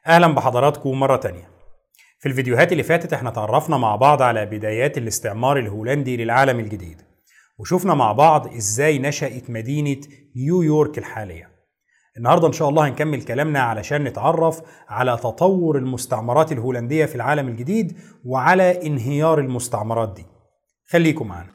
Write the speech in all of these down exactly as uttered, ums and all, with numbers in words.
أهلا بحضراتكم مرة تانية. في الفيديوهات اللي فاتت احنا تعرفنا مع بعض على بدايات الاستعمار الهولندي للعالم الجديد، وشوفنا مع بعض ازاي نشأت مدينة نيويورك الحالية. النهاردة ان شاء الله هنكمل كلامنا علشان نتعرف على تطور المستعمرات الهولندية في العالم الجديد وعلى انهيار المستعمرات دي. خليكم معنا.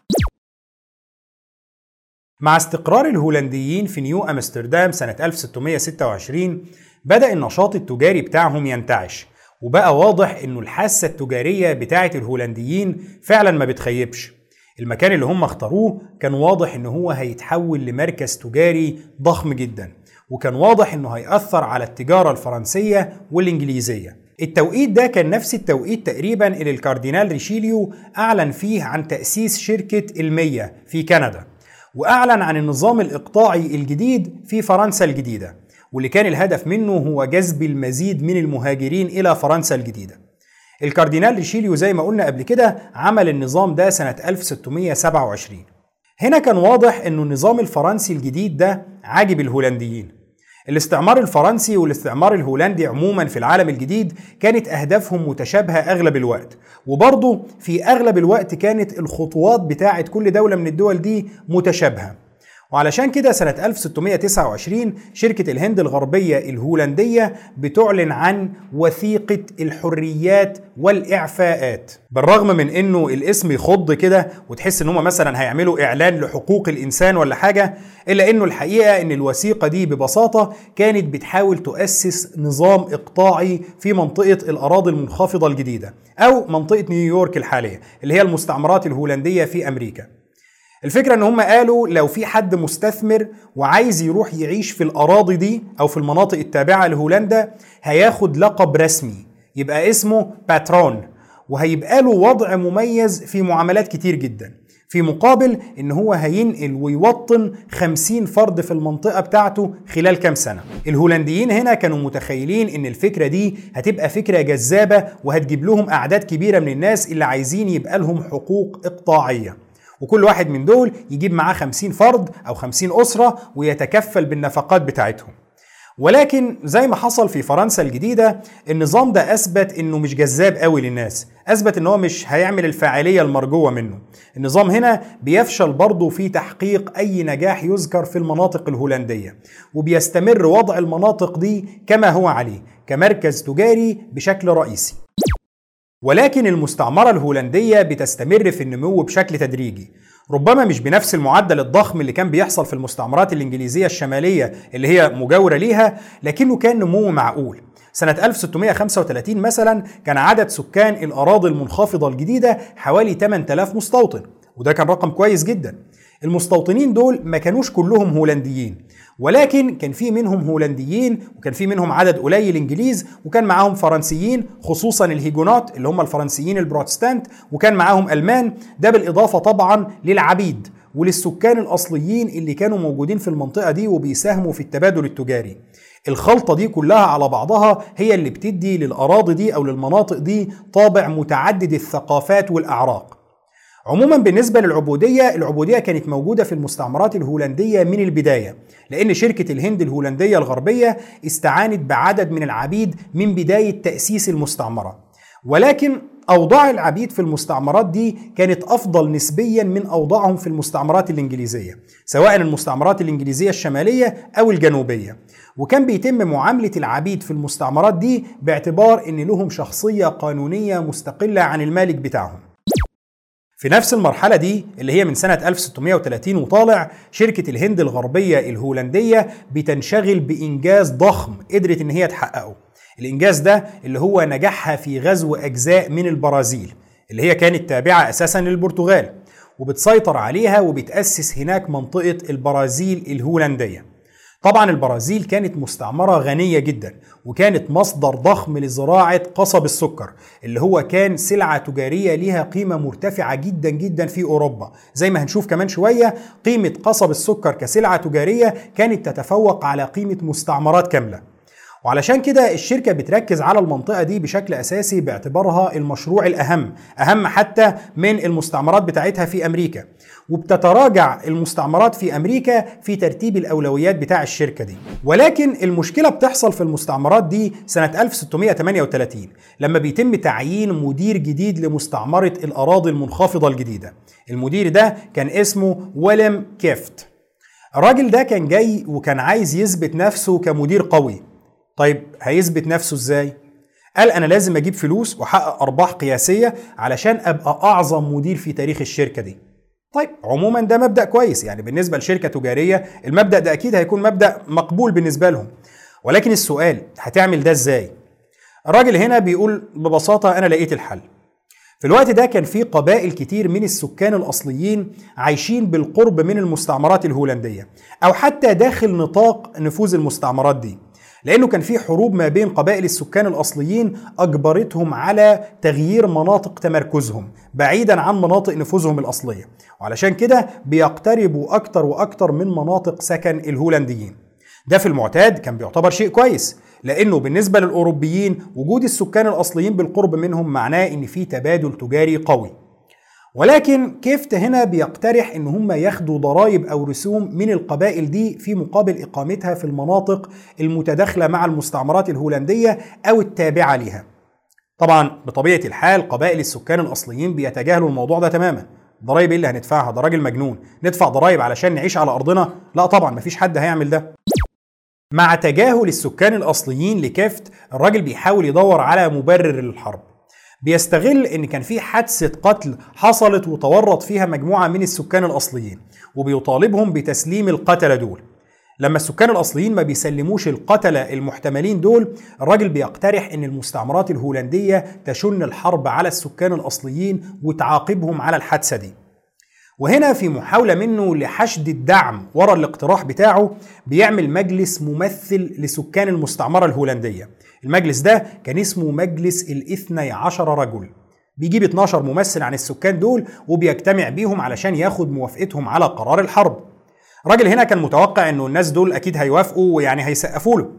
مع استقرار الهولنديين في نيو أمستردام سنة ألف وستمية وستة وعشرين بدأ النشاط التجاري بتاعهم ينتعش، وبقى واضح انه الحاسة التجارية بتاعة الهولنديين فعلا ما بتخيبش. المكان اللي هم اختاروه كان واضح انه هو هيتحول لمركز تجاري ضخم جدا، وكان واضح انه هيأثر على التجارة الفرنسية والإنجليزية. التوقيت ده كان نفس التوقيت تقريبا اللي الكاردينال ريشيليو أعلن فيه عن تأسيس شركة المية في كندا، وأعلن عن النظام الإقطاعي الجديد في فرنسا الجديدة، واللي كان الهدف منه هو جذب المزيد من المهاجرين إلى فرنسا الجديدة. الكاردينال ريشيليو زي ما قلنا قبل كده عمل النظام ده سنة ألف وستمية وسبعة وعشرين. هنا كان واضح أنه النظام الفرنسي الجديد ده عاجب الهولنديين. الاستعمار الفرنسي والاستعمار الهولندي عموما في العالم الجديد كانت أهدافهم متشابهة أغلب الوقت، وبرضه في أغلب الوقت كانت الخطوات بتاعة كل دولة من الدول دي متشابهة. وعلشان كده سنة ألف وستمية وتسعة وعشرين شركة الهند الغربية الهولندية بتعلن عن وثيقة الحريات والإعفاءات. بالرغم من انه الاسم يخض كده وتحس ان هم مثلا هيعملوا اعلان لحقوق الانسان ولا حاجة، الا انه الحقيقة ان الوثيقة دي ببساطة كانت بتحاول تؤسس نظام اقطاعي في منطقة الاراضي المنخفضة الجديدة او منطقة نيويورك الحالية اللي هي المستعمرات الهولندية في امريكا. الفكرة ان هم قالوا لو في حد مستثمر وعايز يروح يعيش في الاراضي دي او في المناطق التابعة لهولندا هياخد لقب رسمي يبقى اسمه باترون، وهيبقى له وضع مميز في معاملات كتير جدا، في مقابل ان هو هينقل ويوطن خمسين فرد في المنطقة بتاعته خلال كام سنة. الهولنديين هنا كانوا متخيلين ان الفكرة دي هتبقى فكرة جذابة وهتجيب لهم اعداد كبيرة من الناس اللي عايزين يبقى لهم حقوق اقطاعية، وكل واحد من دول يجيب معاه خمسين فرد أو خمسين أسرة ويتكفل بالنفقات بتاعتهم. ولكن زي ما حصل في فرنسا الجديدة النظام ده أثبت إنه مش جذاب قوي للناس، أثبت إنه مش هيعمل الفاعلية المرجوة منه. النظام هنا بيفشل برضه في تحقيق أي نجاح يذكر في المناطق الهولندية، وبيستمر وضع المناطق دي كما هو عليه كمركز تجاري بشكل رئيسي. ولكن المستعمرة الهولندية بتستمر في النمو بشكل تدريجي، ربما مش بنفس المعدل الضخم اللي كان بيحصل في المستعمرات الإنجليزية الشمالية اللي هي مجاورة ليها، لكنه كان نمو معقول. سنة ألف وستمية وخمسة وثلاثين مثلا كان عدد سكان الأراضي المنخفضة الجديدة حوالي ثمانية آلاف مستوطن، وده كان رقم كويس جدا. المستوطنين دول ما كانوش كلهم هولنديين، ولكن كان في منهم هولنديين وكان في منهم عدد قليل انجليز، وكان معاهم فرنسيين خصوصا الهيجونات اللي هم الفرنسيين البروتستانت، وكان معاهم ألمان، ده بالإضافة طبعا للعبيد وللسكان الأصليين اللي كانوا موجودين في المنطقة دي وبيساهموا في التبادل التجاري. الخلطة دي كلها على بعضها هي اللي بتدي للأراضي دي أو للمناطق دي طابع متعدد الثقافات والأعراق. عموما بالنسبة للعبودية، العبودية كانت موجودة في المستعمرات الهولندية من البداية، لأن شركة الهند الهولندية الغربية استعانت بعدد من العبيد من بداية تأسيس المستعمرة. ولكن أوضاع العبيد في المستعمرات دي كانت أفضل نسبيا من أوضاعهم في المستعمرات الإنجليزية، سواء المستعمرات الإنجليزية الشمالية أو الجنوبية، وكان بيتم معاملة العبيد في المستعمرات دي باعتبار أن لهم شخصية قانونية مستقلة عن المالك بتاعهم. في نفس المرحلة دي اللي هي من سنة ألف وستمية وثلاثين وطالع، شركة الهند الغربية الهولندية بتنشغل بإنجاز ضخم قدرت إن هي تحققه. الإنجاز ده اللي هو نجاحها في غزو أجزاء من البرازيل اللي هي كانت تابعة أساسا للبرتغال، وبتسيطر عليها وبتأسس هناك منطقة البرازيل الهولندية. طبعا البرازيل كانت مستعمرة غنية جدا، وكانت مصدر ضخم لزراعة قصب السكر اللي هو كان سلعة تجارية ليها قيمة مرتفعة جدا جدا في أوروبا. زي ما هنشوف كمان شوية قيمة قصب السكر كسلعة تجارية كانت تتفوق على قيمة مستعمرات كاملة. وعلشان كده الشركة بتركز على المنطقة دي بشكل أساسي باعتبارها المشروع الأهم، أهم حتى من المستعمرات بتاعتها في أمريكا، وبتتراجع المستعمرات في أمريكا في ترتيب الأولويات بتاع الشركة دي. ولكن المشكلة بتحصل في المستعمرات دي سنة ألف وستمائة وثمانية وثلاثين لما بيتم تعيين مدير جديد لمستعمرة الأراضي المنخفضة الجديدة. المدير ده كان اسمه ويليام كيفت. الراجل ده كان جاي وكان عايز يثبت نفسه كمدير قوي. طيب هيثبت نفسه ازاي؟ قال انا لازم اجيب فلوس واحقق ارباح قياسيه علشان ابقى اعظم مدير في تاريخ الشركه دي. طيب عموما ده مبدأ كويس، يعني بالنسبه لشركه تجاريه المبدأ ده اكيد هيكون مبدأ مقبول بالنسبه لهم. ولكن السؤال هتعمل ده ازاي؟ الراجل هنا بيقول ببساطه انا لقيت الحل. في الوقت ده كان في قبائل كتير من السكان الأصليين عايشين بالقرب من المستعمرات الهولندية أو حتى داخل نطاق نفوذ المستعمرات دي، لأنه كان في حروب ما بين قبائل السكان الأصليين أجبرتهم على تغيير مناطق تمركزهم بعيدا عن مناطق نفوذهم الأصلية، وعلشان كده بيقتربوا أكتر وأكتر من مناطق سكن الهولنديين. ده في المعتاد كان بيعتبر شيء كويس، لأنه بالنسبة للأوروبيين وجود السكان الأصليين بالقرب منهم معناه إن في تبادل تجاري قوي. ولكن كيفت هنا بيقترح إن هم ياخدوا ضرائب أو رسوم من القبائل دي في مقابل إقامتها في المناطق المتداخلة مع المستعمرات الهولندية أو التابعة لها. طبعا بطبيعة الحال قبائل السكان الأصليين بيتجاهلوا الموضوع ده تماما. ضرائب ايه اللي هندفعها؟ ده راجل مجنون، ندفع ضرائب علشان نعيش على أرضنا؟ لا طبعا مفيش حد هيعمل ده. مع تجاهل السكان الأصليين لكيفت، الراجل بيحاول يدور على مبرر للحرب. بيستغل ان كان في حادثة قتل حصلت وتورط فيها مجموعة من السكان الأصليين، وبيطالبهم بتسليم القتلة دول. لما السكان الأصليين ما بيسلموش القتلة المحتملين دول، الراجل بيقترح ان المستعمرات الهولندية تشن الحرب على السكان الأصليين وتعاقبهم على الحادثة دي. وهنا في محاولة منه لحشد الدعم ورا الاقتراح بتاعه بيعمل مجلس ممثل لسكان المستعمرة الهولندية. المجلس ده كان اسمه مجلس الاثني عشر رجل، بيجيب اتناشر ممثل عن السكان دول وبيجتمع بيهم علشان ياخد موافقتهم على قرار الحرب. الراجل هنا كان متوقع انه الناس دول اكيد هيوافقوا ويعني هيسقفوا له،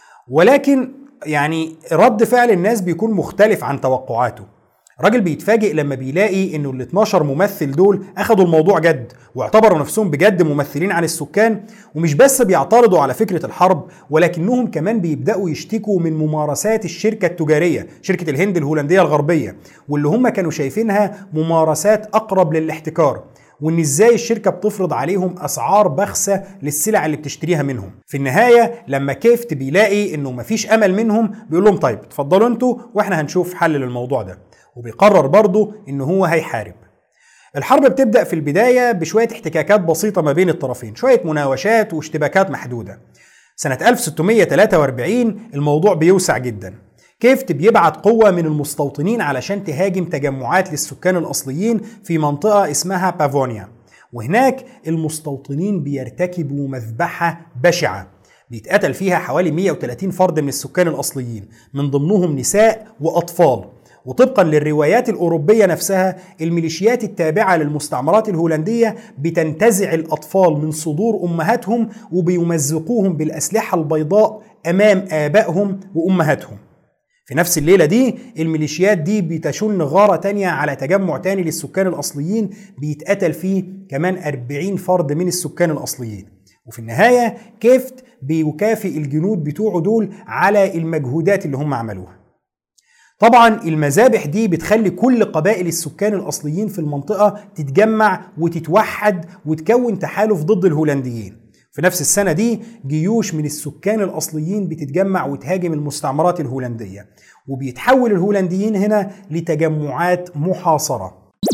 ولكن يعني رد فعل الناس بيكون مختلف عن توقعاته. الراجل بيتفاجئ لما بيلاقي انه ال اتناشر ممثل دول اخدوا الموضوع جد واعتبروا نفسهم بجد ممثلين عن السكان، ومش بس بيعترضوا على فكرة الحرب، ولكنهم كمان بيبدأوا يشتكوا من ممارسات الشركة التجارية، شركة الهند الهولندية الغربية، واللي هم كانوا شايفينها ممارسات اقرب للاحتكار، وان ازاي الشركة بتفرض عليهم اسعار بخسة للسلع اللي بتشتريها منهم. في النهاية لما كيفت بيلاقي انه مفيش امل منهم بيقول لهم طيب اتفضلوا انتوا واحنا هنشوف حل للموضوع ده، وبيقرر برضه إنه هو هيحارب. الحرب بتبدأ في البداية بشوية احتكاكات بسيطة ما بين الطرفين، شوية مناوشات واشتباكات محدودة. سنة ألف وستمائة وثلاثة وأربعين الموضوع بيوسع جدا. كيفت بيبعت قوة من المستوطنين علشان تهاجم تجمعات للسكان الأصليين في منطقة اسمها بافونيا، وهناك المستوطنين بيرتكبوا مذبحة بشعة بيتقتل فيها حوالي مئة وثلاثين فرد من السكان الأصليين، من ضمنهم نساء وأطفال. وطبقا للروايات الأوروبية نفسها، الميليشيات التابعة للمستعمرات الهولندية بتنتزع الأطفال من صدور أمهاتهم وبيمزقوهم بالأسلحة البيضاء أمام آبائهم وأمهاتهم. في نفس الليلة دي الميليشيات دي بتشن غارة تانية على تجمع تاني للسكان الأصليين بيتقتل فيه كمان أربعين فرد من السكان الأصليين. وفي النهاية كيفت بيكافئ الجنود بتوعه دول على المجهودات اللي هم عملوها. طبعا المذابح دي بتخلي كل قبائل السكان الأصليين في المنطقة تتجمع وتتوحد وتكون تحالف ضد الهولنديين. في نفس السنة دي جيوش من السكان الأصليين بتتجمع وتهاجم المستعمرات الهولندية، وبيتحول الهولنديين هنا لتجمعات محاصرة.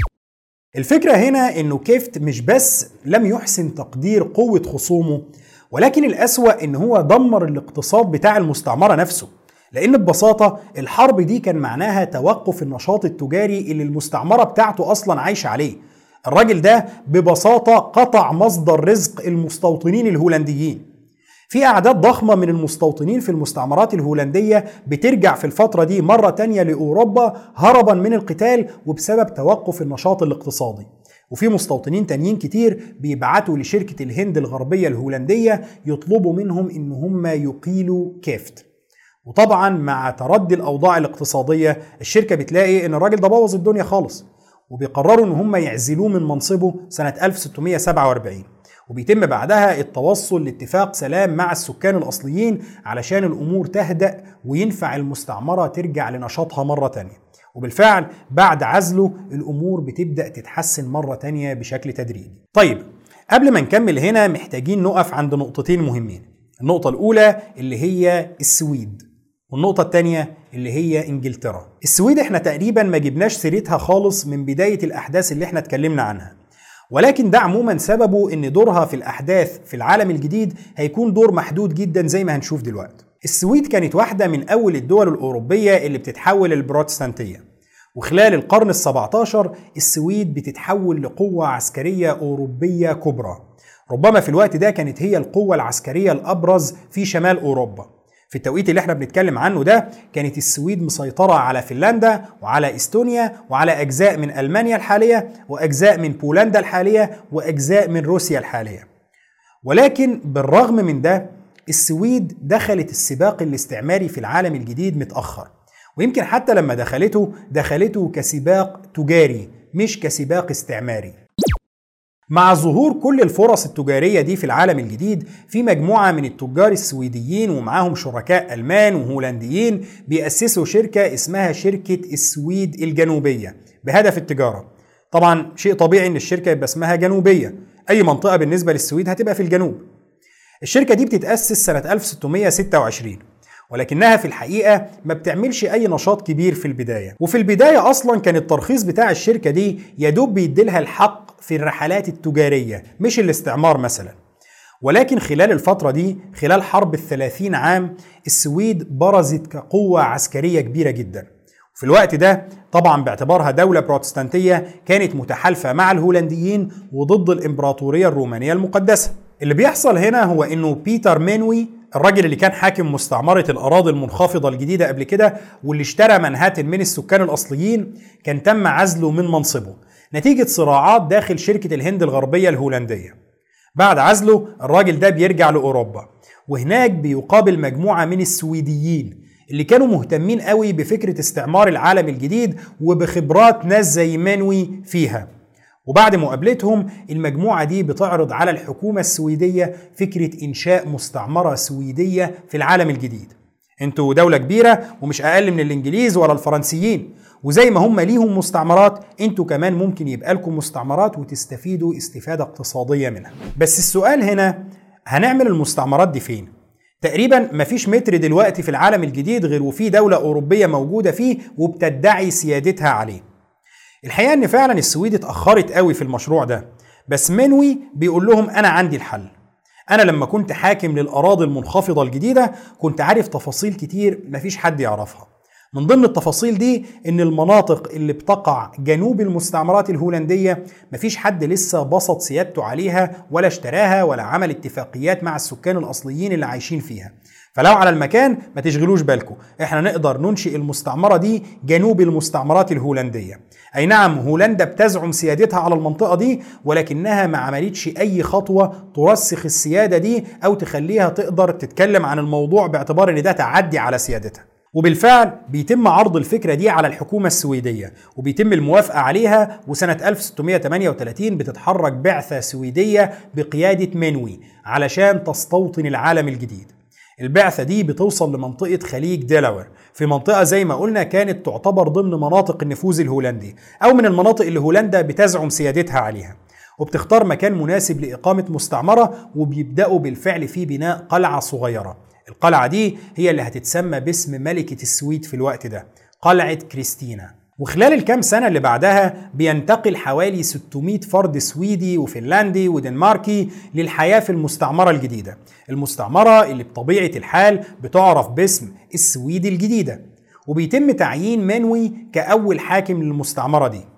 الفكرة هنا انه كيفت مش بس لم يحسن تقدير قوة خصومه، ولكن الأسوأ ان هو دمر الاقتصاد بتاع المستعمرة نفسه، لأن ببساطة الحرب دي كان معناها توقف النشاط التجاري اللي المستعمرة بتاعته أصلا عايشة عليه. الراجل ده ببساطة قطع مصدر رزق المستوطنين الهولنديين. في أعداد ضخمة من المستوطنين في المستعمرات الهولندية بترجع في الفترة دي مرة تانية لأوروبا هربا من القتال وبسبب توقف النشاط الاقتصادي، وفي مستوطنين تانيين كتير بيبعتوا لشركة الهند الغربية الهولندية يطلبوا منهم إن هم يقيلوا كيفت. وطبعا مع تردي الأوضاع الاقتصادية الشركة بتلاقي إن الراجل ده بوظ الدنيا خالص، وبيقرروا إن هم يعزلوه من منصبه سنة ألف وستمية وسبعة وأربعين، وبيتم بعدها التوصل لاتفاق سلام مع السكان الأصليين علشان الأمور تهدأ وينفع المستعمرة ترجع لنشاطها مرة تانية. وبالفعل بعد عزله الأمور بتبدأ تتحسن مرة تانية بشكل تدريجي. طيب قبل ما نكمل هنا محتاجين نقف عند نقطتين مهمين. النقطة الأولى اللي هي السويد، والنقطة التانية اللي هي إنجلترا. السويد احنا تقريبا ما جبناش سيرتها خالص من بداية الأحداث اللي احنا اتكلمنا عنها، ولكن ده عموما سببه ان دورها في الأحداث في العالم الجديد هيكون دور محدود جدا زي ما هنشوف دلوقتي. السويد كانت واحدة من أول الدول الأوروبية اللي بتتحول للبروتستانتية، وخلال القرن السبعتاشر السويد بتتحول لقوة عسكرية أوروبية كبرى. ربما في الوقت ده كانت هي القوة العسكرية الأبرز في شمال أوروبا. في التوقيت اللي احنا بنتكلم عنه ده كانت السويد مسيطرة على فنلندا وعلى إستونيا وعلى أجزاء من ألمانيا الحالية وأجزاء من بولندا الحالية وأجزاء من روسيا الحالية. ولكن بالرغم من ده السويد دخلت السباق الاستعماري في العالم الجديد متأخر، ويمكن حتى لما دخلته دخلته كسباق تجاري مش كسباق استعماري. مع ظهور كل الفرص التجارية دي في العالم الجديد في مجموعة من التجار السويديين ومعاهم شركاء ألمان وهولنديين بيأسسوا شركة اسمها شركة السويد الجنوبية بهدف التجارة. طبعا شيء طبيعي ان الشركة يبقى اسمها جنوبية، أي منطقة بالنسبة للسويد هتبقى في الجنوب. الشركة دي بتتأسس سنة ألف وستمية وستة وعشرين، ولكنها في الحقيقة ما بتعملش أي نشاط كبير في البداية. وفي البداية أصلا كان الترخيص بتاع الشركة دي يدوب بيديلها الحق في الرحلات التجارية مش الاستعمار مثلا. ولكن خلال الفترة دي خلال حرب الثلاثين عام السويد برزت كقوة عسكرية كبيرة جدا. في الوقت ده طبعا باعتبارها دولة بروتستانتية كانت متحالفة مع الهولنديين وضد الإمبراطورية الرومانية المقدسة. اللي بيحصل هنا هو إنه بيتر مانوي الراجل اللي كان حاكم مستعمرة الأراضي المنخفضة الجديدة قبل كده واللي اشترى منهاتن من السكان الأصليين كان تم عزله من منصبه نتيجة صراعات داخل شركة الهند الغربية الهولندية. بعد عزله الراجل ده بيرجع لأوروبا، وهناك بيقابل مجموعة من السويديين اللي كانوا مهتمين قوي بفكرة استعمار العالم الجديد وبخبرات ناس زي مانوي فيها. وبعد مقابلتهم المجموعة دي بتعرض على الحكومة السويدية فكرة إنشاء مستعمرة سويدية في العالم الجديد. انتوا دولة كبيرة ومش أقل من الإنجليز ولا الفرنسيين، وزي ما هم ليهم مستعمرات انتوا كمان ممكن يبقى لكم مستعمرات وتستفيدوا استفادة اقتصادية منها. بس السؤال هنا، هنعمل المستعمرات دي فين؟ تقريبا مفيش متر دلوقتي في العالم الجديد غير وفيه دولة أوروبية موجودة فيه وبتدعي سيادتها عليه. الحقيقة ان فعلا السويد اتأخرت قوي في المشروع ده، بس مانوي بيقول لهم انا عندي الحل. انا لما كنت حاكم للأراضي المنخفضة الجديدة كنت عارف تفاصيل كتير مفيش حد يعرفها. من ضمن التفاصيل دي ان المناطق اللي بتقع جنوب المستعمرات الهولندية مفيش حد لسه بسط سيادته عليها ولا اشتراها ولا عمل اتفاقيات مع السكان الأصليين اللي عايشين فيها. فلو على المكان ما تشغلوش بالكم، احنا نقدر ننشئ المستعمرة دي جنوب المستعمرات الهولندية. اي نعم هولندا بتزعم سيادتها على المنطقة دي، ولكنها ما عملتش اي خطوة ترسخ السيادة دي او تخليها تقدر تتكلم عن الموضوع باعتبار ان ده تعدي على سيادتها. وبالفعل بيتم عرض الفكرة دي على الحكومة السويدية وبيتم الموافقة عليها، وسنة ألف وستمية وتمانية وتلاتين بتتحرك بعثة سويدية بقيادة مانوي علشان تستوطن العالم الجديد. البعثة دي بتوصل لمنطقة خليج ديلاوير، في منطقة زي ما قلنا كانت تعتبر ضمن مناطق النفوذ الهولندي أو من المناطق اللي هولندا بتزعم سيادتها عليها، وبتختار مكان مناسب لإقامة مستعمرة وبيبدأوا بالفعل في بناء قلعة صغيرة. القلعة دي هي اللي هتتسمى باسم ملكة السويد في الوقت ده، قلعة كريستينا. وخلال الكام سنة اللي بعدها بينتقل حوالي ستمية فرد سويدي وفنلندي ودنماركي للحياة في المستعمرة الجديدة، المستعمرة اللي بطبيعة الحال بتعرف باسم السويد الجديدة، وبيتم تعيين مانوي كأول حاكم للمستعمرة دي.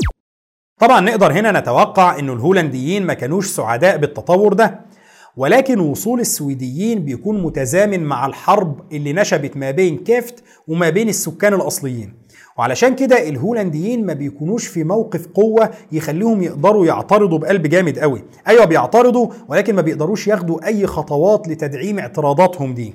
طبعا نقدر هنا نتوقع إنه الهولنديين ما كانوش سعداء بالتطور ده، ولكن وصول السويديين بيكون متزامن مع الحرب اللي نشبت ما بين كيفت وما بين السكان الأصليين، وعلشان كده الهولنديين ما بيكونوش في موقف قوة يخليهم يقدروا يعترضوا بقلب جامد قوي. ايوه بيعترضوا ولكن ما بيقدروش ياخدوا اي خطوات لتدعيم اعتراضاتهم دي.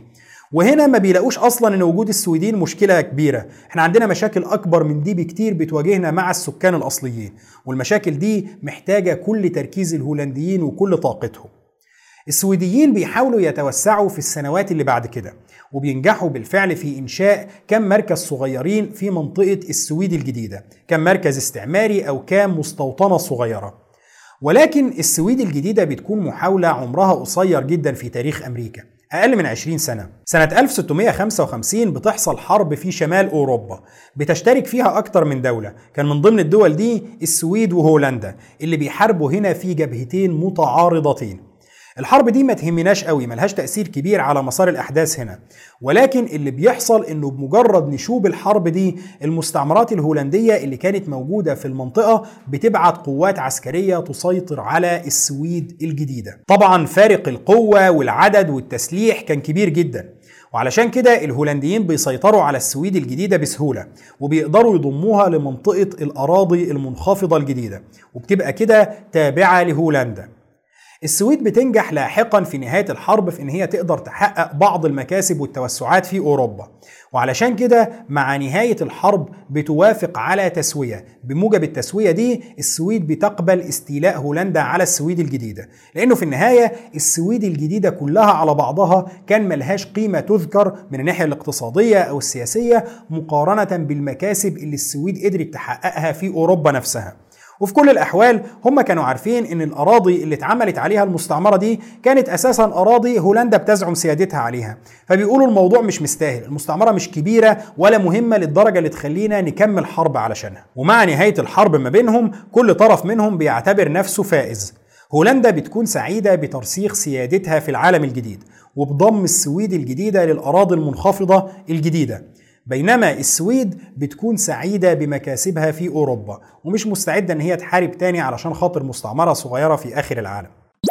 وهنا ما بيلاقوش اصلا ان وجود السويديين مشكله كبيره، احنا عندنا مشاكل اكبر من دي بكتير بتواجهنا مع السكان الاصليين، والمشاكل دي محتاجه كل تركيز الهولنديين وكل طاقتهم. السويديين بيحاولوا يتوسعوا في السنوات اللي بعد كده، وبينجحوا بالفعل في إنشاء كم مركز صغيرين في منطقة السويد الجديدة، كم مركز استعماري أو كم مستوطنة صغيرة. ولكن السويد الجديدة بتكون محاولة عمرها قصير جدا في تاريخ أمريكا، أقل من عشرين سنة. سنة ألف وستمائة وخمسة وخمسين بتحصل حرب في شمال أوروبا بتشترك فيها أكتر من دولة، كان من ضمن الدول دي السويد وهولندا اللي بيحاربوا هنا في جبهتين متعارضتين. الحرب دي ما تهمناش قوي، ملهاش تأثير كبير على مسار الأحداث هنا، ولكن اللي بيحصل إنه بمجرد نشوب الحرب دي المستعمرات الهولندية اللي كانت موجودة في المنطقة بتبعت قوات عسكرية تسيطر على السويد الجديدة. طبعا فارق القوة والعدد والتسليح كان كبير جدا، وعلشان كده الهولنديين بيسيطروا على السويد الجديدة بسهولة، وبيقدروا يضموها لمنطقة الأراضي المنخفضة الجديدة، وبتبقى كده تابعة لهولندا. السويد بتنجح لاحقا في نهاية الحرب في ان هي تقدر تحقق بعض المكاسب والتوسعات في اوروبا، وعلشان كده مع نهاية الحرب بتوافق على تسوية. بموجب التسوية دي السويد بتقبل استيلاء هولندا على السويد الجديدة، لانه في النهاية السويد الجديدة كلها على بعضها كان ملهاش قيمة تذكر من الناحية الاقتصادية او السياسية مقارنة بالمكاسب اللي السويد قدرت تحققها في اوروبا نفسها. وفي كل الأحوال هم كانوا عارفين إن الأراضي اللي اتعملت عليها المستعمرة دي كانت أساسا أراضي هولندا بتزعم سيادتها عليها، فبيقولوا الموضوع مش مستاهل، المستعمرة مش كبيرة ولا مهمة للدرجة اللي تخلينا نكمل حرب علشانها. ومع نهاية الحرب ما بينهم كل طرف منهم بيعتبر نفسه فائز. هولندا بتكون سعيدة بترسيخ سيادتها في العالم الجديد وبضم السويد الجديدة للأراضي المنخفضة الجديدة، بينما السويد بتكون سعيدة بمكاسبها في أوروبا ومش مستعدة إن هي تحارب تاني علشان خاطر مستعمرة صغيرة في آخر العالم.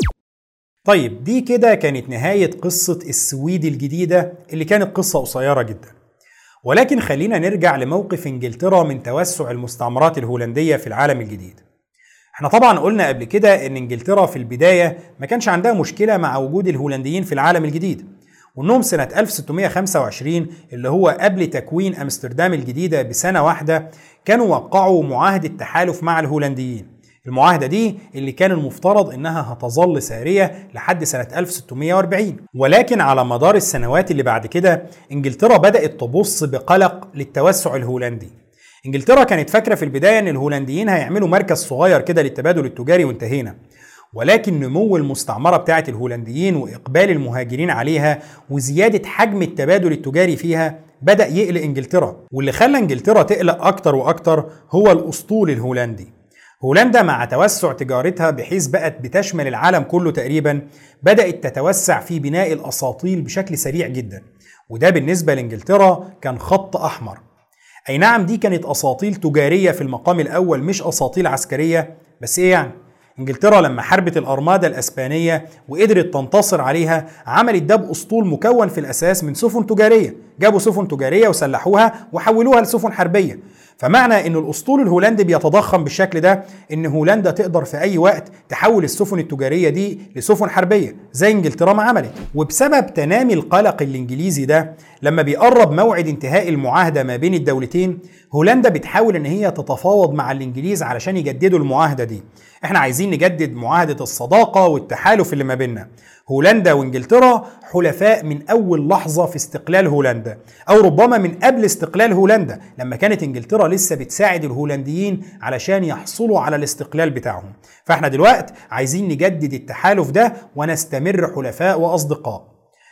طيب دي كده كانت نهاية قصة السويد الجديدة اللي كانت قصة قصيرة جدا، ولكن خلينا نرجع لموقف إنجلترا من توسع المستعمرات الهولندية في العالم الجديد. احنا طبعا قلنا قبل كده إن إنجلترا في البداية ما كانش عندها مشكلة مع وجود الهولنديين في العالم الجديد، وانهم سنة ألف وستمائة وخمسة وعشرين اللي هو قبل تكوين أمستردام الجديدة بسنة واحدة كانوا وقعوا معاهدة تحالف مع الهولنديين. المعاهدة دي اللي كان المفترض انها هتظل سارية لحد سنة ألف وستمائة وأربعين، ولكن على مدار السنوات اللي بعد كده انجلترا بدأت تبص بقلق للتوسع الهولندي. انجلترا كانت فاكرة في البداية ان الهولنديين هيعملوا مركز صغير كده للتبادل التجاري وانتهينا، ولكن نمو المستعمرة بتاعة الهولنديين وإقبال المهاجرين عليها وزيادة حجم التبادل التجاري فيها بدأ يقلق إنجلترا، واللي خلى إنجلترا تقلق أكتر وأكتر هو الأسطول الهولندي. هولندا مع توسع تجارتها بحيث بقت بتشمل العالم كله تقريبا بدأت تتوسع في بناء الأساطيل بشكل سريع جدا، وده بالنسبة لإنجلترا كان خط أحمر. أي نعم دي كانت أساطيل تجارية في المقام الأول مش أساطيل عسكرية، بس إيه يعني؟ انجلترا لما حاربت الأرمادة الأسبانية وقدرت تنتصر عليها عملت ده بأسطول مكون في الأساس من سفن تجارية، جابوا سفن تجارية وسلحوها وحولوها لسفن حربية. فمعنى ان الأسطول الهولندي بيتضخم بالشكل ده ان هولندا تقدر في اي وقت تحول السفن التجارية دي لسفن حربية زي انجلترا ما عملت. وبسبب تنامي القلق الانجليزي ده لما بيقرب موعد انتهاء المعاهدة ما بين الدولتين هولندا بتحاول ان هي تتفاوض مع الانجليز علشان يجددوا المعاهدة دي. احنا عايزين نجدد معاهدة الصداقة والتحالف اللي ما بيننا. هولندا وانجلترا حلفاء من اول لحظة في استقلال هولندا، او ربما من قبل استقلال هولندا لما كانت انجلترا لسه بتساعد الهولنديين علشان يحصلوا على الاستقلال بتاعهم. فاحنا دلوقتي عايزين نجدد التحالف ده ونستمر حلفاء واصدقاء.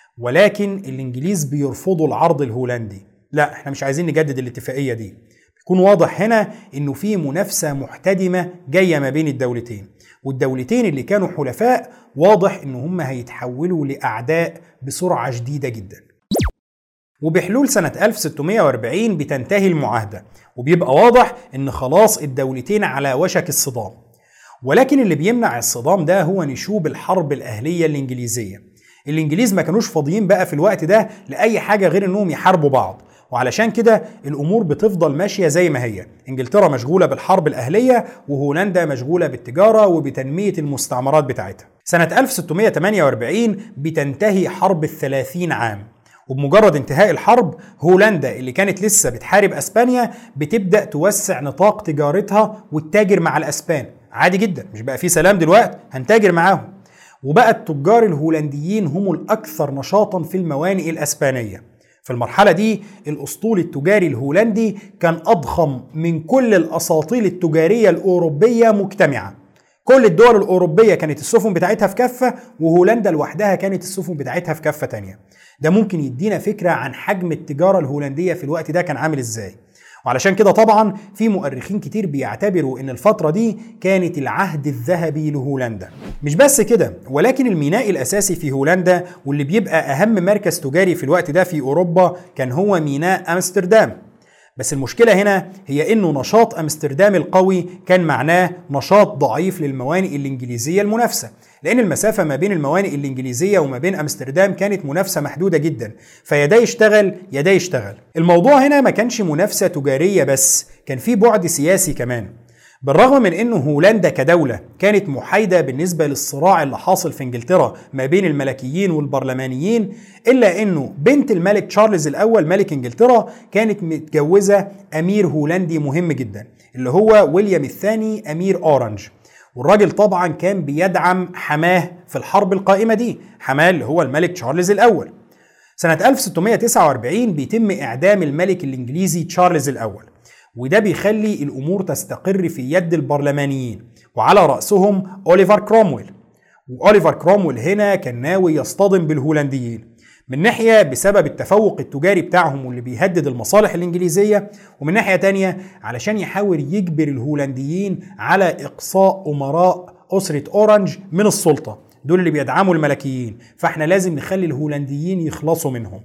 ولكن الانجليز بيرفضوا العرض الهولندي، لا احنا مش عايزين نجدد الاتفاقية دي. يكون واضح هنا انه في منافسة محتدمة جاية ما بين الدولتين، والدولتين اللي كانوا حلفاء واضح ان هم هيتحولوا لاعداء بسرعة شديدة جدا. وبحلول سنة ألف وستمائة وأربعين بتنتهي المعاهدة وبيبقى واضح ان خلاص الدولتين على وشك الصدام، ولكن اللي بيمنع الصدام ده هو نشوب الحرب الأهلية الإنجليزية. الإنجليز ما كانوش فاضيين بقى في الوقت ده لأي حاجة غير انهم يحاربوا بعض، وعلشان كده الأمور بتفضل ماشية زي ما هي. انجلترا مشغولة بالحرب الأهلية وهولندا مشغولة بالتجارة وبتنمية المستعمرات بتاعتها. سنة ألف وستمائة وثمانية وأربعين بتنتهي حرب الثلاثين عام، وبمجرد انتهاء الحرب هولندا اللي كانت لسه بتحارب اسبانيا بتبدأ توسع نطاق تجارتها والتاجر مع الاسبان عادي جدا، مش بقى في سلام دلوقتي هنتاجر معاهم. وبقى التجار الهولنديين هم الاكثر نشاطا في الموانئ الاسبانية. في المرحلة دي الاسطول التجاري الهولندي كان اضخم من كل الاساطيل التجارية الاوروبية مجتمعة. كل الدول الأوروبية كانت السفن بتاعتها في كفة، وهولندا لوحدها كانت السفن بتاعتها في كفة تانية. ده ممكن يدينا فكرة عن حجم التجارة الهولندية في الوقت ده كان عامل ازاي. وعلشان كده طبعا في مؤرخين كتير بيعتبروا ان الفترة دي كانت العهد الذهبي لهولندا. مش بس كده، ولكن الميناء الأساسي في هولندا واللي بيبقى أهم مركز تجاري في الوقت ده في أوروبا كان هو ميناء أمستردام. بس المشكلة هنا هي انه نشاط امستردام القوي كان معناه نشاط ضعيف للموانئ الانجليزية المنافسة، لان المسافة ما بين الموانئ الانجليزية وما بين امستردام كانت منافسة محدودة جدا، فيا ده يشتغل يا ده يشتغل. الموضوع هنا ما كانش منافسة تجارية بس، كان في بعد سياسي كمان. بالرغم من انه هولندا كدولة كانت محايدة بالنسبة للصراع اللي حاصل في انجلترا ما بين الملكيين والبرلمانيين، الا انه بنت الملك تشارلز الاول ملك انجلترا كانت متجوزة امير هولندي مهم جدا اللي هو ويليام الثاني امير اورنج. والراجل طبعا كان بيدعم حماه في الحرب القائمة دي، حماه اللي هو الملك تشارلز الاول. سنة ألف وستمائة وتسعة وأربعين بيتم اعدام الملك الانجليزي تشارلز الاول، وده بيخلي الأمور تستقر في يد البرلمانيين وعلى رأسهم أوليفر كرومويل. وأوليفر كرومويل هنا كان ناوي يصطدم بالهولنديين، من ناحية بسبب التفوق التجاري بتاعهم واللي بيهدد المصالح الإنجليزية، ومن ناحية تانية علشان يحاول يجبر الهولنديين على إقصاء أمراء أسرة أورنج من السلطة، دول اللي بيدعموا الملكيين، فاحنا لازم نخلي الهولنديين يخلصوا منهم.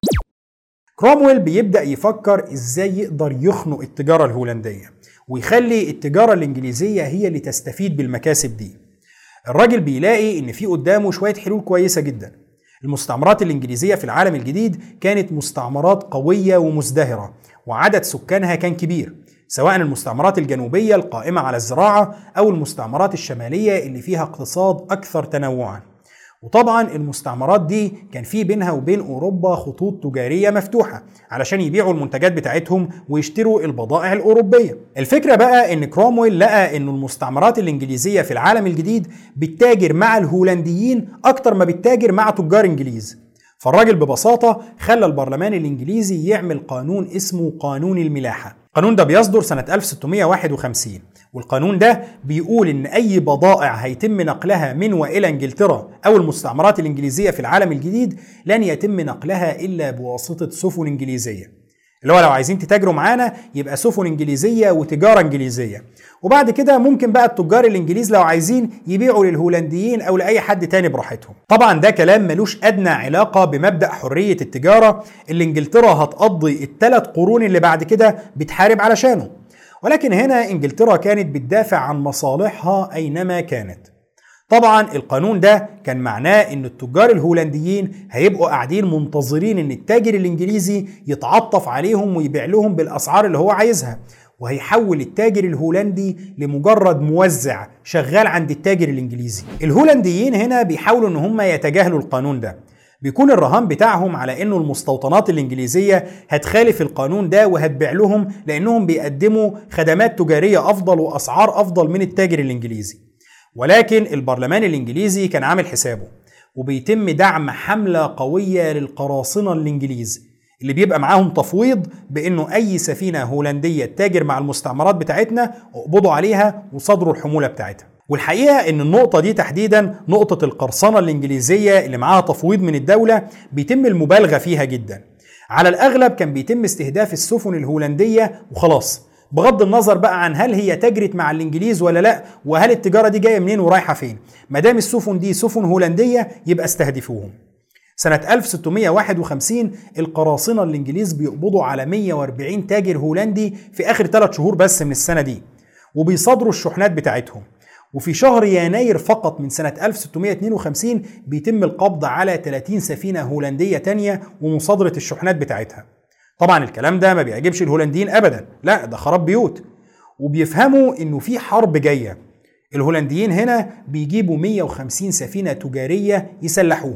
كرومويل بيبدأ يفكر ازاي يقدر يخنق التجارة الهولندية ويخلي التجارة الانجليزية هي اللي تستفيد بالمكاسب دي. الراجل بيلاقي ان في قدامه شوية حلول كويسة جدا. المستعمرات الانجليزية في العالم الجديد كانت مستعمرات قوية ومزدهرة، وعدد سكانها كان كبير، سواء المستعمرات الجنوبية القائمة على الزراعة او المستعمرات الشمالية اللي فيها اقتصاد اكثر تنوعا. وطبعا المستعمرات دي كان في بينها وبين أوروبا خطوط تجارية مفتوحة علشان يبيعوا المنتجات بتاعتهم ويشتروا البضائع الأوروبية. الفكرة بقى إن كرومويل لقى إن المستعمرات الإنجليزية في العالم الجديد بتتاجر مع الهولنديين أكتر ما بتتاجر مع تجار إنجليز، فالراجل ببساطة خلى البرلمان الإنجليزي يعمل قانون اسمه قانون الملاحة. القانون ده بيصدر سنة ألف وستمائة وواحد وخمسين، والقانون ده بيقول إن أي بضائع هيتم نقلها من وإلى إنجلترا أو المستعمرات الإنجليزية في العالم الجديد لن يتم نقلها إلا بواسطة سفن إنجليزية، اللي هو لو عايزين تتاجروا معانا يبقى سفن إنجليزية وتجارة إنجليزية، وبعد كده ممكن بقى التجار الإنجليز لو عايزين يبيعوا للهولنديين أو لأي حد تاني براحتهم. طبعا ده كلام ملوش أدنى علاقة بمبدأ حرية التجارة اللي إنجلترا هتقضي الثلاث قرون اللي بعد كده بتحارب علشانه، ولكن هنا إنجلترا كانت بتدافع عن مصالحها أينما كانت. طبعا القانون ده كان معناه ان التجار الهولنديين هيبقوا قاعدين منتظرين ان التاجر الانجليزي يتعطف عليهم ويبيع لهم بالاسعار اللي هو عايزها، وهيحول التاجر الهولندي لمجرد موزع شغال عند التاجر الانجليزي. الهولنديين هنا بيحاولوا ان هم يتجاهلوا القانون ده، بيكون الرهان بتاعهم على انه المستوطنات الانجليزية هتخالف القانون ده وهتبيع لهم لانهم بيقدموا خدمات تجارية افضل واسعار افضل من التاجر الانجليزي. ولكن البرلمان الانجليزي كان عامل حسابه، وبيتم دعم حملة قوية للقراصنة الانجليز اللي بيبقى معاهم تفويض بانه اي سفينة هولندية تتاجر مع المستعمرات بتاعتنا اقبضوا عليها وصدروا الحمولة بتاعتها. والحقيقة ان النقطة دي تحديدا نقطة القرصنة الانجليزية اللي معاها تفويض من الدولة بيتم المبالغة فيها جدا. على الاغلب كان بيتم استهداف السفن الهولندية وخلاص، بغض النظر بقى عن هل هي تجرت مع الانجليز ولا لا، وهل التجارة دي جاية منين ورايحة فين، ما دام السفن دي سفن هولندية يبقى استهدفوهم. سنة ألف وستمائة وواحد وخمسين القراصنة الانجليز بيقبضوا على مئة وأربعين تاجر هولندي في اخر ثلاث شهور بس من السنة دي، وبيصادروا الشحنات بتاعتهم. وفي شهر يناير فقط من سنة ألف وستمائة واثنين وخمسين بيتم القبض على ثلاثين سفينة هولندية تانية ومصادرة الشحنات بتاعتها. طبعا الكلام ده ما بيعجبش الهولنديين ابدا، لا ده خراب بيوت، وبيفهموا انه في حرب جايه. الهولنديين هنا بيجيبوا مئة وخمسين سفينه تجاريه يسلحوهم،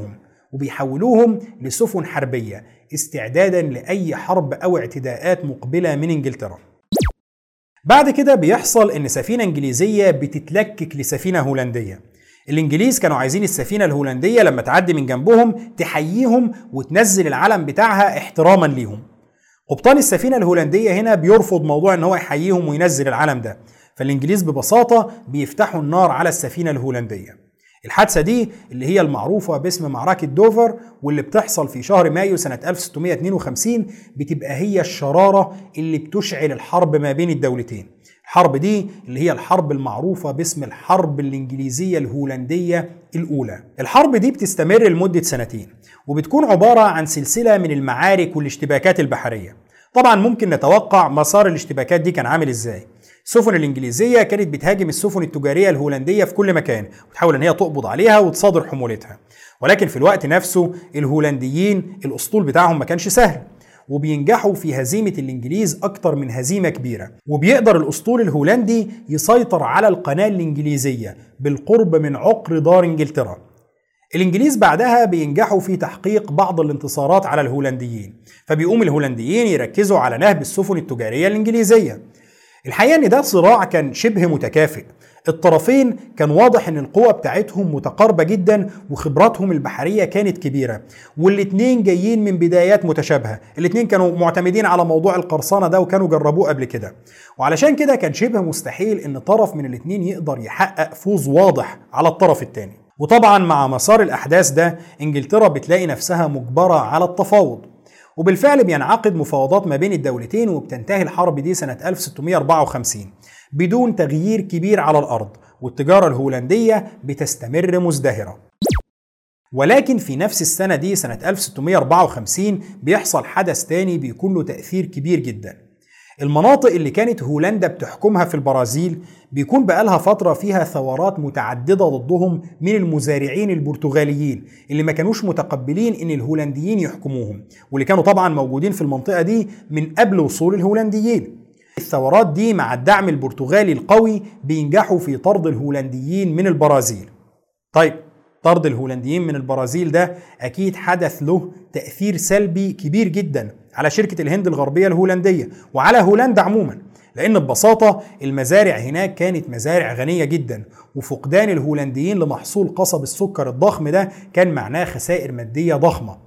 وبيحولوهم لسفن حربية استعدادا لأي حرب أو اعتداءات مقبلة من إنجلترا. بعد كده بيحصل إن سفينة إنجليزية بتتلكك لسفينة هولندية. الإنجليز كانوا عايزين السفينة الهولندية لما تعدي من جنبهم تحييهم وتنزل العلم بتاعها احتراما ليهم. قبطان السفينة الهولندية هنا بيرفض موضوع إن هو يحييهم وينزل العلم ده، فالإنجليز ببساطة بيفتحوا النار على السفينة الهولندية. الحادثة دي اللي هي المعروفة باسم معركة دوفر واللي بتحصل في شهر مايو سنة ألف وستمائة واثنين وخمسين بتبقى هي الشرارة اللي بتشعل الحرب ما بين الدولتين. الحرب دي اللي هي الحرب المعروفة باسم الحرب الإنجليزية الهولندية الأولى. الحرب دي بتستمر لمدة سنتين وبتكون عبارة عن سلسلة من المعارك والاشتباكات البحرية. طبعا ممكن نتوقع مسار الاشتباكات دي كان عامل ازاي. السفن الإنجليزية كانت بتهاجم السفن التجارية الهولندية في كل مكان وتحاول ان هي تقبض عليها وتصادر حمولتها، ولكن في الوقت نفسه الهولنديين الأسطول بتاعهم ما كانش سهل وبينجحوا في هزيمة الإنجليز أكتر من هزيمة كبيرة، وبيقدر الأسطول الهولندي يسيطر على القناة الإنجليزية بالقرب من عقر دار إنجلترا. الإنجليز بعدها بينجحوا في تحقيق بعض الانتصارات على الهولنديين، فبيقوم الهولنديين يركزوا على نهب السفن التجارية الإنجليزية. الحقيقة إن ده صراع كان شبه متكافئ، الطرفين كان واضح ان القوة بتاعتهم متقاربة جدا وخبراتهم البحرية كانت كبيرة، والاتنين جايين من بدايات متشابهة. الاتنين كانوا معتمدين على موضوع القرصنة ده وكانوا جربوه قبل كده، وعلشان كده كان شبه مستحيل ان طرف من الاتنين يقدر يحقق فوز واضح على الطرف التاني. وطبعا مع مسار الاحداث ده انجلترا بتلاقي نفسها مجبرة على التفاوض، وبالفعل بينعقد مفاوضات ما بين الدولتين وبتنتهي الحرب دي سنة ألف وستمائة وأربعة وخمسين بدون تغيير كبير على الأرض، والتجارة الهولندية بتستمر مزدهرة. ولكن في نفس السنة دي سنة ألف وستمائة وأربعة وخمسين بيحصل حدث تاني بيكون له تأثير كبير جدا. المناطق اللي كانت هولندا بتحكمها في البرازيل بيكون بقالها فترة فيها ثورات متعددة ضدهم من المزارعين البرتغاليين اللي ما كانوش متقبلين ان الهولنديين يحكموهم، واللي كانوا طبعا موجودين في المنطقة دي من قبل وصول الهولنديين. الثورات دي مع الدعم البرتغالي القوي بينجحوا في طرد الهولنديين من البرازيل. طيب طرد الهولنديين من البرازيل ده أكيد حدث له تأثير سلبي كبير جدا على شركة الهند الغربية الهولندية وعلى هولندا عموما، لأن ببساطة المزارع هناك كانت مزارع غنية جدا، وفقدان الهولنديين لمحصول قصب السكر الضخم ده كان معناه خسائر مادية ضخمة.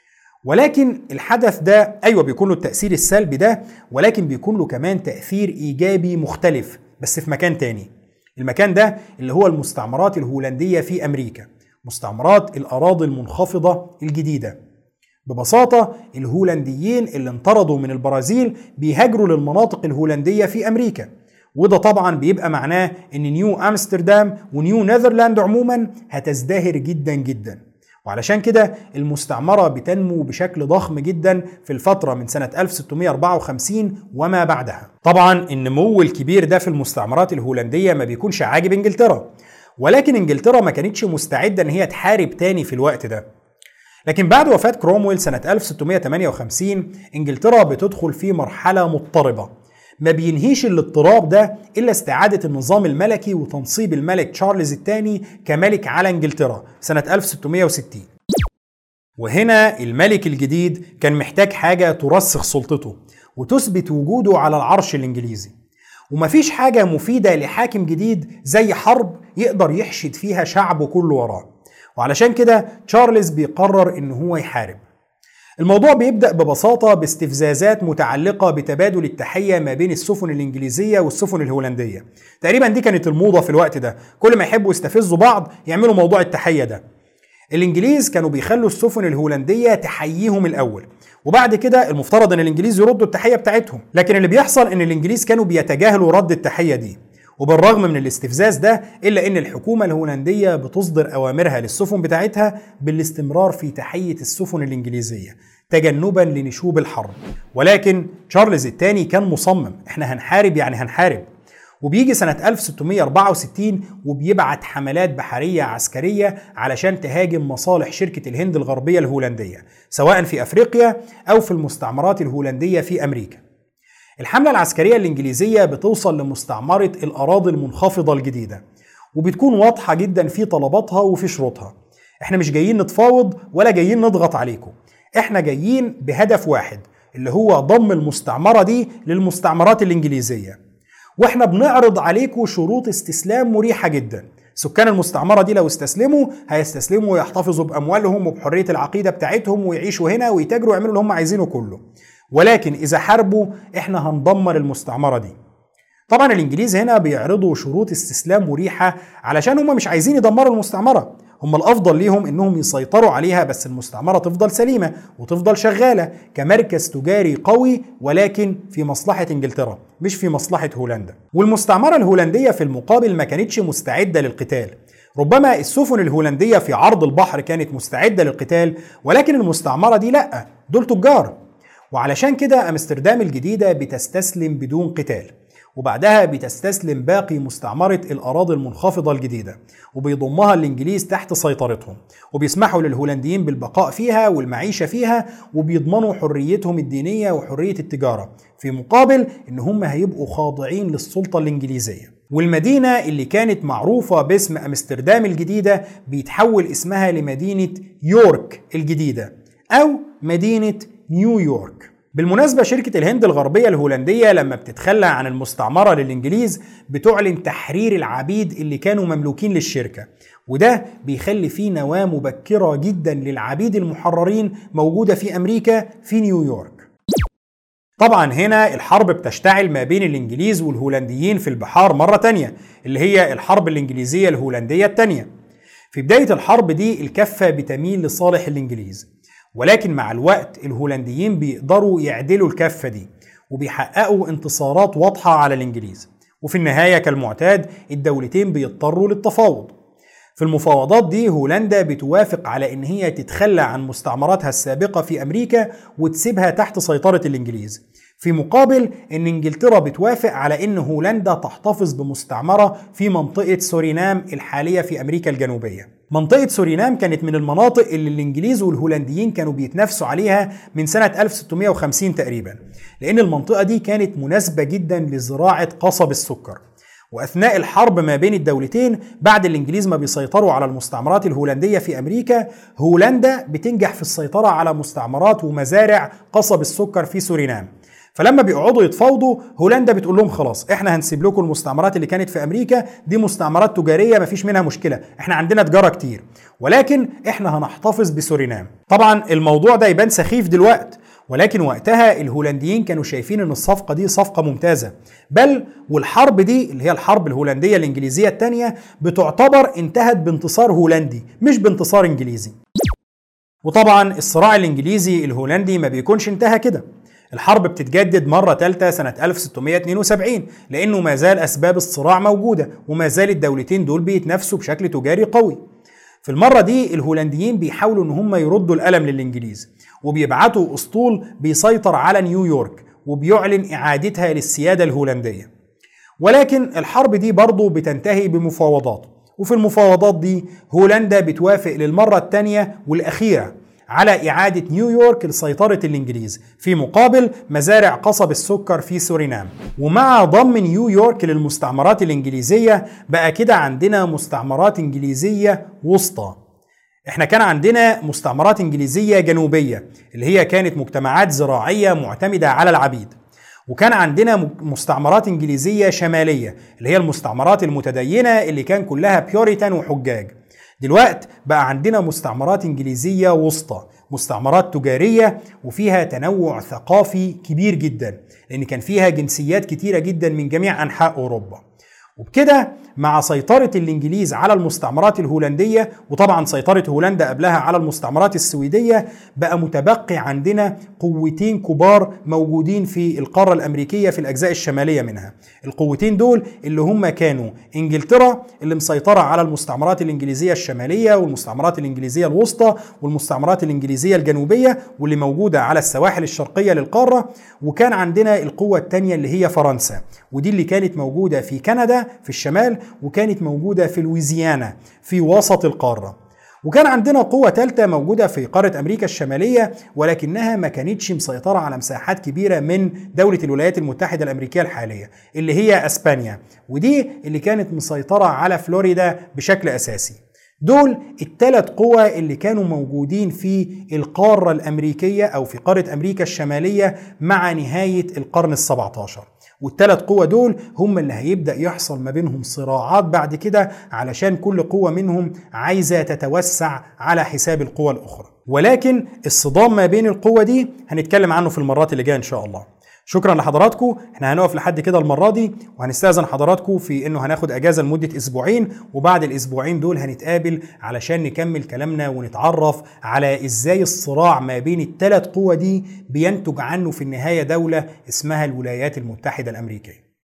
ولكن الحدث ده أيوة بيكون له التأثير السلبي ده، ولكن بيكون له كمان تأثير إيجابي مختلف بس في مكان تاني. المكان ده اللي هو المستعمرات الهولندية في أمريكا، مستعمرات الأراضي المنخفضة الجديدة. ببساطة الهولنديين اللي انطردوا من البرازيل بيهاجروا للمناطق الهولندية في أمريكا، وده طبعا بيبقى معناه ان نيو أمستردام ونيو نيذرلاند عموما هتزدهر جدا جدا، وعلشان كده المستعمرة بتنمو بشكل ضخم جدا في الفترة من سنة ألف وستمائة وأربعة وخمسين وما بعدها. طبعا النمو الكبير ده في المستعمرات الهولندية ما بيكونش عاجب انجلترا، ولكن انجلترا ما كانتش مستعدة ان هي تحارب تاني في الوقت ده. لكن بعد وفاة كرومويل سنة ألف وستمائة وثمانية وخمسين انجلترا بتدخل في مرحلة مضطربة، ما بينهيش الاضطراب ده إلا استعادة النظام الملكي وتنصيب الملك تشارلز الثاني كملك على انجلترا سنة ألف وستمائة وستين. وهنا الملك الجديد كان محتاج حاجة ترسخ سلطته وتثبت وجوده على العرش الإنجليزي، ومفيش حاجة مفيدة لحاكم جديد زي حرب يقدر يحشد فيها شعبه كله وراه، وعلشان كده تشارلز بيقرر إن هو يحارب. الموضوع بيبدأ ببساطة باستفزازات متعلقة بتبادل التحية ما بين السفن الإنجليزية والسفن الهولندية. تقريبا دي كانت الموضة في الوقت ده، كل ما يحبوا يستفزوا بعض يعملوا موضوع التحية ده. الإنجليز كانوا بيخلوا السفن الهولندية تحييهم الأول، وبعد كده المفترض أن الإنجليز يردوا التحية بتاعتهم، لكن اللي بيحصل أن الإنجليز كانوا بيتجاهلوا رد التحية دي. وبالرغم من الاستفزاز ده إلا أن الحكومة الهولندية بتصدر أوامرها للسفن بتاعتها بالاستمرار في تحية السفن الإنجليزية تجنبا لنشوب الحرب. ولكن تشارلز الثاني كان مصمم، احنا هنحارب يعني هنحارب. وبيجي سنة ألف وستمائة وأربعة وستين وبيبعت حملات بحرية عسكرية علشان تهاجم مصالح شركة الهند الغربية الهولندية سواء في أفريقيا أو في المستعمرات الهولندية في أمريكا. الحملة العسكرية الإنجليزية بتوصل لمستعمرة الأراضي المنخفضة الجديدة، وبتكون واضحة جدا في طلباتها وفي شروطها. احنا مش جايين نتفاوض ولا جايين نضغط عليكم، احنا جايين بهدف واحد اللي هو ضم المستعمرة دي للمستعمرات الإنجليزية، واحنا بنعرض عليكم شروط استسلام مريحة جدا. سكان المستعمرة دي لو استسلموا هيستسلموا ويحتفظوا بأموالهم وبحرية العقيدة بتاعتهم ويعيشوا هنا ويتاجروا ويعملوا اللي هم عايزينه كله، ولكن إذا حاربوا احنا هندمر المستعمرة دي. طبعا الإنجليز هنا بيعرضوا شروط استسلام مريحة علشان هم مش عايزين يدمروا المستعمرة، هم الأفضل ليهم إنهم يسيطروا عليها بس المستعمرة تفضل سليمة وتفضل شغالة كمركز تجاري قوي، ولكن في مصلحة إنجلترا مش في مصلحة هولندا. والمستعمرة الهولندية في المقابل ما كانتش مستعدة للقتال. ربما السفن الهولندية في عرض البحر كانت مستعدة للقتال، ولكن المستعمرة دي لأ، دول تجار. وعلشان كده أمستردام الجديدة بتستسلم بدون قتال، وبعدها بتستسلم باقي مستعمرة الأراضي المنخفضة الجديدة وبيضمها الإنجليز تحت سيطرتهم، وبيسمحوا للهولنديين بالبقاء فيها والمعيشة فيها، وبيضمنوا حريتهم الدينية وحرية التجارة في مقابل إن هم هيبقوا خاضعين للسلطة الإنجليزية. والمدينة اللي كانت معروفة باسم أمستردام الجديدة بيتحول اسمها لمدينة يورك الجديدة أو مدينة نيويورك. بالمناسبة شركة الهند الغربية الهولندية لما بتتخلى عن المستعمرة للإنجليز بتعلن تحرير العبيد اللي كانوا مملوكين للشركة، وده بيخلي فيه نواة مبكرة جدا للعبيد المحررين موجودة في أمريكا في نيويورك. طبعا هنا الحرب بتشتعل ما بين الإنجليز والهولنديين في البحار مرة تانية، اللي هي الحرب الإنجليزية الهولندية التانية. في بداية الحرب دي الكفة بتميل لصالح الإنجليز، ولكن مع الوقت الهولنديين بيقدروا يعدلوا الكفة دي وبيحققوا انتصارات واضحة على الإنجليز، وفي النهاية كالمعتاد الدولتين بيضطروا للتفاوض. في المفاوضات دي هولندا بتوافق على إن هي تتخلى عن مستعمراتها السابقة في أمريكا وتسيبها تحت سيطرة الإنجليز، في مقابل إن إنجلترا بتوافق على إن هولندا تحتفظ بمستعمرة في منطقة سورينام الحالية في أمريكا الجنوبية. منطقة سورينام كانت من المناطق اللي الإنجليز والهولنديين كانوا بيتنافسوا عليها من سنة ألف وستمائة وخمسين تقريبا، لأن المنطقة دي كانت مناسبة جدا لزراعة قصب السكر. وأثناء الحرب ما بين الدولتين بعد الإنجليز ما بيسيطروا على المستعمرات الهولندية في أمريكا، هولندا بتنجح في السيطرة على مستعمرات ومزارع قصب السكر في سورينام. فلما بيقعدوا يتفاوضوا هولندا بتقول لهم خلاص احنا هنسيب لكم المستعمرات اللي كانت في امريكا دي مستعمرات تجاريه مفيش منها مشكله، احنا عندنا تجاره كتير، ولكن احنا هنحتفظ بسورينام. طبعا الموضوع ده يبان سخيف دلوقتي، ولكن وقتها الهولنديين كانوا شايفين ان الصفقه دي صفقه ممتازه، بل والحرب دي اللي هي الحرب الهولنديه الانجليزيه الثانيه بتعتبر انتهت بانتصار هولندي مش بانتصار انجليزي. وطبعا الصراع الانجليزي الهولندي ما بيكونش انتهى كده، الحرب بتتجدد مرة ثالثة سنة ألف وستمائة واثنين وسبعين لأنه ما زال أسباب الصراع موجودة وما زال الدولتين دول بيتنافسوا بشكل تجاري قوي. في المرة دي الهولنديين بيحاولوا إن هم يردوا الألم للإنجليز وبيبعتوا أسطول بيسيطر على نيويورك وبيعلن إعادتها للسيادة الهولندية، ولكن الحرب دي برضو بتنتهي بمفاوضات، وفي المفاوضات دي هولندا بتوافق للمرة الثانية والأخيرة على إعادة نيويورك لسيطرة الإنجليز في مقابل مزارع قصب السكر في سورينام. ومع ضم نيويورك للمستعمرات الإنجليزية بقى كده عندنا مستعمرات إنجليزية وسطى. احنا كان عندنا مستعمرات إنجليزية جنوبية اللي هي كانت مجتمعات زراعية معتمدة على العبيد، وكان عندنا مستعمرات إنجليزية شمالية اللي هي المستعمرات المتدينة اللي كان كلها بيوريتان وحجاج. دلوقتي بقى عندنا مستعمرات إنجليزية وسطى، مستعمرات تجارية وفيها تنوع ثقافي كبير جدا لأن كان فيها جنسيات كتيرة جدا من جميع أنحاء أوروبا. وبكده مع سيطرة الإنجليز على المستعمرات الهولندية وطبعا سيطرة هولندا قبلها على المستعمرات السويدية، بقى متبقي عندنا قوتين كبار موجودين في القارة الأمريكية في الأجزاء الشمالية منها. القوتين دول اللي هم كانوا إنجلترا اللي مسيطرة على المستعمرات الإنجليزية الشمالية والمستعمرات الإنجليزية الوسطى والمستعمرات الإنجليزية الجنوبية واللي موجودة على السواحل الشرقية للقارة، وكان عندنا القوة الثانية اللي هي فرنسا، ودي اللي كانت موجودة في كندا في الشمال وكانت موجودة في لويزيانا في وسط القارة. وكان عندنا قوة ثالثة موجودة في قارة أمريكا الشمالية ولكنها ما كانتش مسيطرة على مساحات كبيرة من دولة الولايات المتحدة الأمريكية الحالية اللي هي أسبانيا، ودي اللي كانت مسيطرة على فلوريدا بشكل أساسي. دول الثلاث قوى اللي كانوا موجودين في القارة الأمريكية أو في قارة أمريكا الشمالية مع نهاية القرن السبعة عشر. والثلاث قوى دول هم اللي هيبدأ يحصل ما بينهم صراعات بعد كده، علشان كل قوة منهم عايزة تتوسع على حساب القوى الأخرى. ولكن الصدام ما بين القوى دي هنتكلم عنه في المرات اللي جاية إن شاء الله. شكرا لحضراتكم، احنا هنقف لحد كده المرة دي، وهنستأذن حضراتكم في انه هناخد اجازة لمدة اسبوعين، وبعد الاسبوعين دول هنتقابل علشان نكمل كلامنا ونتعرف على ازاي الصراع ما بين الثلاث قوى دي بينتج عنه في النهاية دولة اسمها الولايات المتحدة الامريكية.